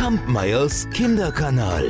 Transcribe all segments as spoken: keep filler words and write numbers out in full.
Kampmeyers Kinderkanal.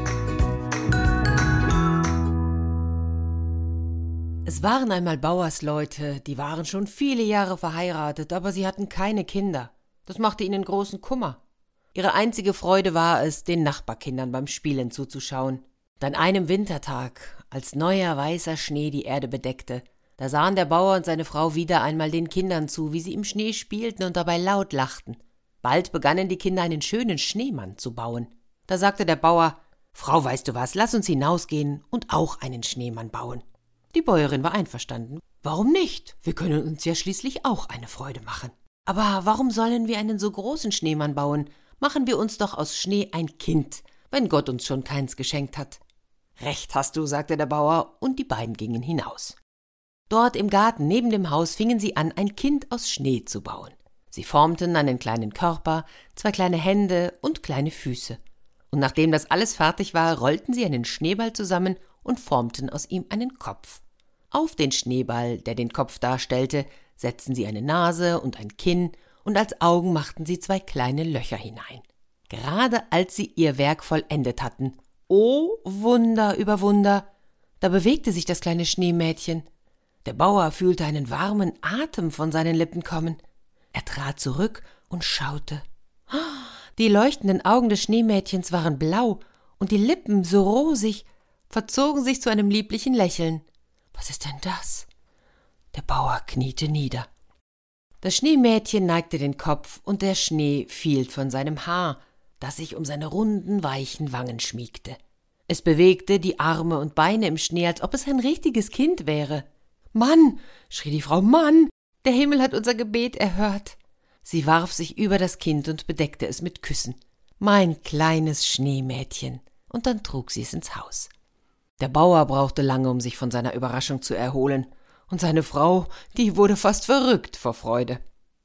Es waren einmal Bauersleute, die waren schon viele Jahre verheiratet, aber sie hatten keine Kinder. Das machte ihnen großen Kummer. Ihre einzige Freude war es, den Nachbarkindern beim Spielen zuzuschauen. Und an einem Wintertag, als neuer weißer Schnee die Erde bedeckte, da sahen der Bauer und seine Frau wieder einmal den Kindern zu, wie sie im Schnee spielten und dabei laut lachten. Bald begannen die Kinder einen schönen Schneemann zu bauen. Da sagte der Bauer: »Frau, weißt du was, lass uns hinausgehen und auch einen Schneemann bauen.« Die Bäuerin war einverstanden. »Warum nicht? Wir können uns ja schließlich auch eine Freude machen.« »Aber warum sollen wir einen so großen Schneemann bauen? Machen wir uns doch aus Schnee ein Kind, wenn Gott uns schon keins geschenkt hat.« »Recht hast du«, sagte der Bauer, und die beiden gingen hinaus. Dort im Garten neben dem Haus fingen sie an, ein Kind aus Schnee zu bauen. Sie formten einen kleinen Körper, zwei kleine Hände und kleine Füße. Und nachdem das alles fertig war, rollten sie einen Schneeball zusammen und formten aus ihm einen Kopf. Auf den Schneeball, der den Kopf darstellte, setzten sie eine Nase und ein Kinn, und als Augen machten sie zwei kleine Löcher hinein. Gerade als sie ihr Werk vollendet hatten, oh Wunder über Wunder, da bewegte sich das kleine Schneemädchen. Der Bauer fühlte einen warmen Atem von seinen Lippen kommen. Er trat zurück und schaute. Die leuchtenden Augen des Schneemädchens waren blau und die Lippen, so rosig, verzogen sich zu einem lieblichen Lächeln. »Was ist denn das?« Der Bauer kniete nieder. Das Schneemädchen neigte den Kopf und der Schnee fiel von seinem Haar, das sich um seine runden, weichen Wangen schmiegte. Es bewegte die Arme und Beine im Schnee, als ob es ein richtiges Kind wäre. »Mann«, schrie die Frau, »Mann, der Himmel hat unser Gebet erhört.« Sie warf sich über das Kind und bedeckte es mit Küssen. »Mein kleines Schneemädchen«, und dann trug sie es ins Haus. Der Bauer brauchte lange, um sich von seiner Überraschung zu erholen, und seine Frau, die wurde fast verrückt vor Freude.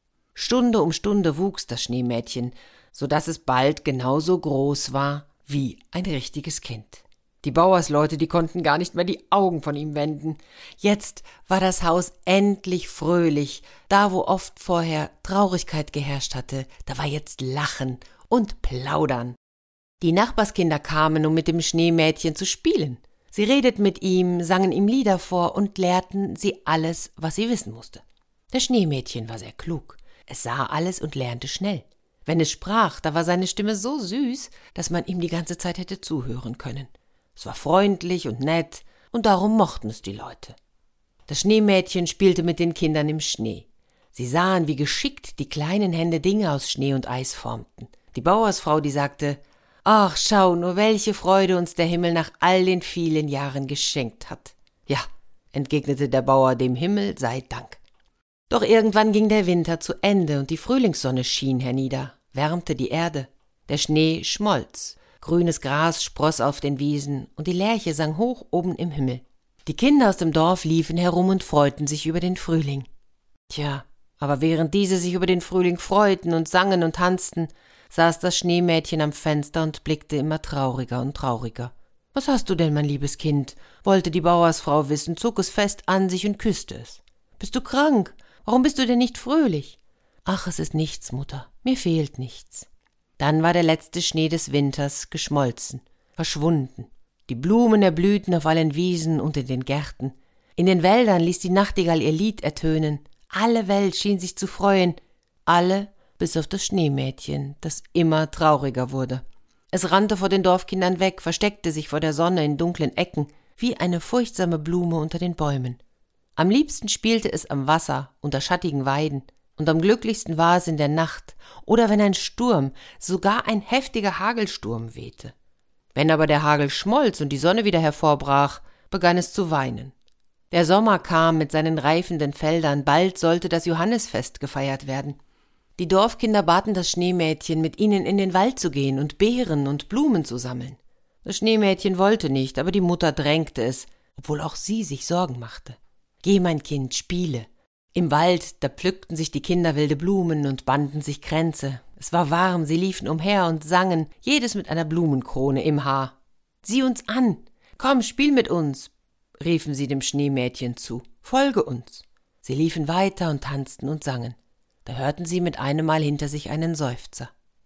Stunde um Stunde wuchs das Schneemädchen, so dass es bald genauso groß war wie ein richtiges Kind. Die Bauersleute, die konnten gar nicht mehr die Augen von ihm wenden. Jetzt war das Haus endlich fröhlich. Da, wo oft vorher Traurigkeit geherrscht hatte, da war jetzt Lachen und Plaudern. Die Nachbarskinder kamen, um mit dem Schneemädchen zu spielen. Sie redeten mit ihm, sangen ihm Lieder vor und lehrten sie alles, was sie wissen musste. Das Schneemädchen war sehr klug. Es sah alles und lernte schnell. Wenn es sprach, da war seine Stimme so süß, dass man ihm die ganze Zeit hätte zuhören können. Es war freundlich und nett, und darum mochten es die Leute. Das Schneemädchen spielte mit den Kindern im Schnee. Sie sahen, wie geschickt die kleinen Hände Dinge aus Schnee und Eis formten. Die Bauersfrau, die sagte: »Ach, schau nur, welche Freude uns der Himmel nach all den vielen Jahren geschenkt hat.« »Ja«, entgegnete der Bauer, »dem Himmel sei Dank.« Doch irgendwann ging der Winter zu Ende und die Frühlingssonne schien hernieder, wärmte die Erde. Der Schnee schmolz. Grünes Gras spross auf den Wiesen und die Lerche sang hoch oben im Himmel. Die Kinder aus dem Dorf liefen herum und freuten sich über den Frühling. Tja, aber während diese sich über den Frühling freuten und sangen und tanzten, saß das Schneemädchen am Fenster und blickte immer trauriger und trauriger. »Was hast du denn, mein liebes Kind?« wollte die Bauersfrau wissen, zog es fest an sich und küsste es. »Bist du krank? Warum bist du denn nicht fröhlich?« »Ach, es ist nichts, Mutter, mir fehlt nichts.« Dann war der letzte Schnee des Winters geschmolzen, verschwunden. Die Blumen erblühten auf allen Wiesen und in den Gärten. In den Wäldern ließ die Nachtigall ihr Lied ertönen. Alle Welt schien sich zu freuen. Alle, bis auf das Schneemädchen, das immer trauriger wurde. Es rannte vor den Dorfkindern weg, versteckte sich vor der Sonne in dunklen Ecken, wie eine furchtsame Blume unter den Bäumen. Am liebsten spielte es am Wasser, unter schattigen Weiden. Und am glücklichsten war es in der Nacht oder wenn ein Sturm, sogar ein heftiger Hagelsturm wehte. Wenn aber der Hagel schmolz und die Sonne wieder hervorbrach, begann es zu weinen. Der Sommer kam mit seinen reifenden Feldern, bald sollte das Johannisfest gefeiert werden. Die Dorfkinder baten das Schneemädchen, mit ihnen in den Wald zu gehen und Beeren und Blumen zu sammeln. Das Schneemädchen wollte nicht, aber die Mutter drängte es, obwohl auch sie sich Sorgen machte. »Geh, mein Kind, spiele.« Im Wald, da pflückten sich die Kinder wilde Blumen und banden sich Kränze. Es war warm, sie liefen umher und sangen, jedes mit einer Blumenkrone im Haar. »Sieh uns an! Komm, spiel mit uns!« riefen sie dem Schneemädchen zu. »Folge uns!« Sie liefen weiter und tanzten und sangen. Da hörten sie mit einem Mal hinter sich einen Seufzer.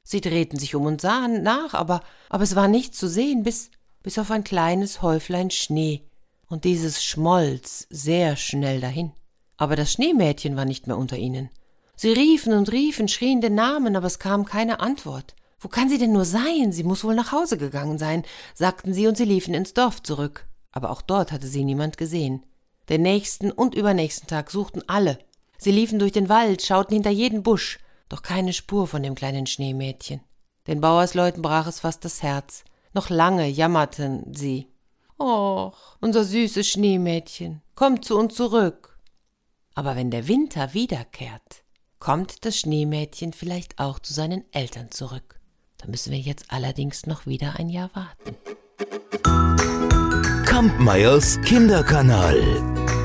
Sie drehten sich um und sahen nach, aber, aber es war nichts zu sehen, bis, bis auf ein kleines Häuflein Schnee. Und dieses schmolz sehr schnell dahin. Aber das Schneemädchen war nicht mehr unter ihnen. Sie riefen und riefen, schrien den Namen, aber es kam keine Antwort. »Wo kann sie denn nur sein? Sie muss wohl nach Hause gegangen sein«, sagten sie, und sie liefen ins Dorf zurück. Aber auch dort hatte sie niemand gesehen. Den nächsten und übernächsten Tag suchten alle. Sie liefen durch den Wald, schauten hinter jeden Busch, doch keine Spur von dem kleinen Schneemädchen. Den Bauersleuten brach es fast das Herz. Noch lange jammerten sie. »Och, unser süßes Schneemädchen, kommt zu uns zurück.« Aber wenn der Winter wiederkehrt, kommt das Schneemädchen vielleicht auch zu seinen Eltern zurück. Da müssen wir jetzt allerdings noch wieder ein Jahr warten. Kampmeyers Kinderkanal.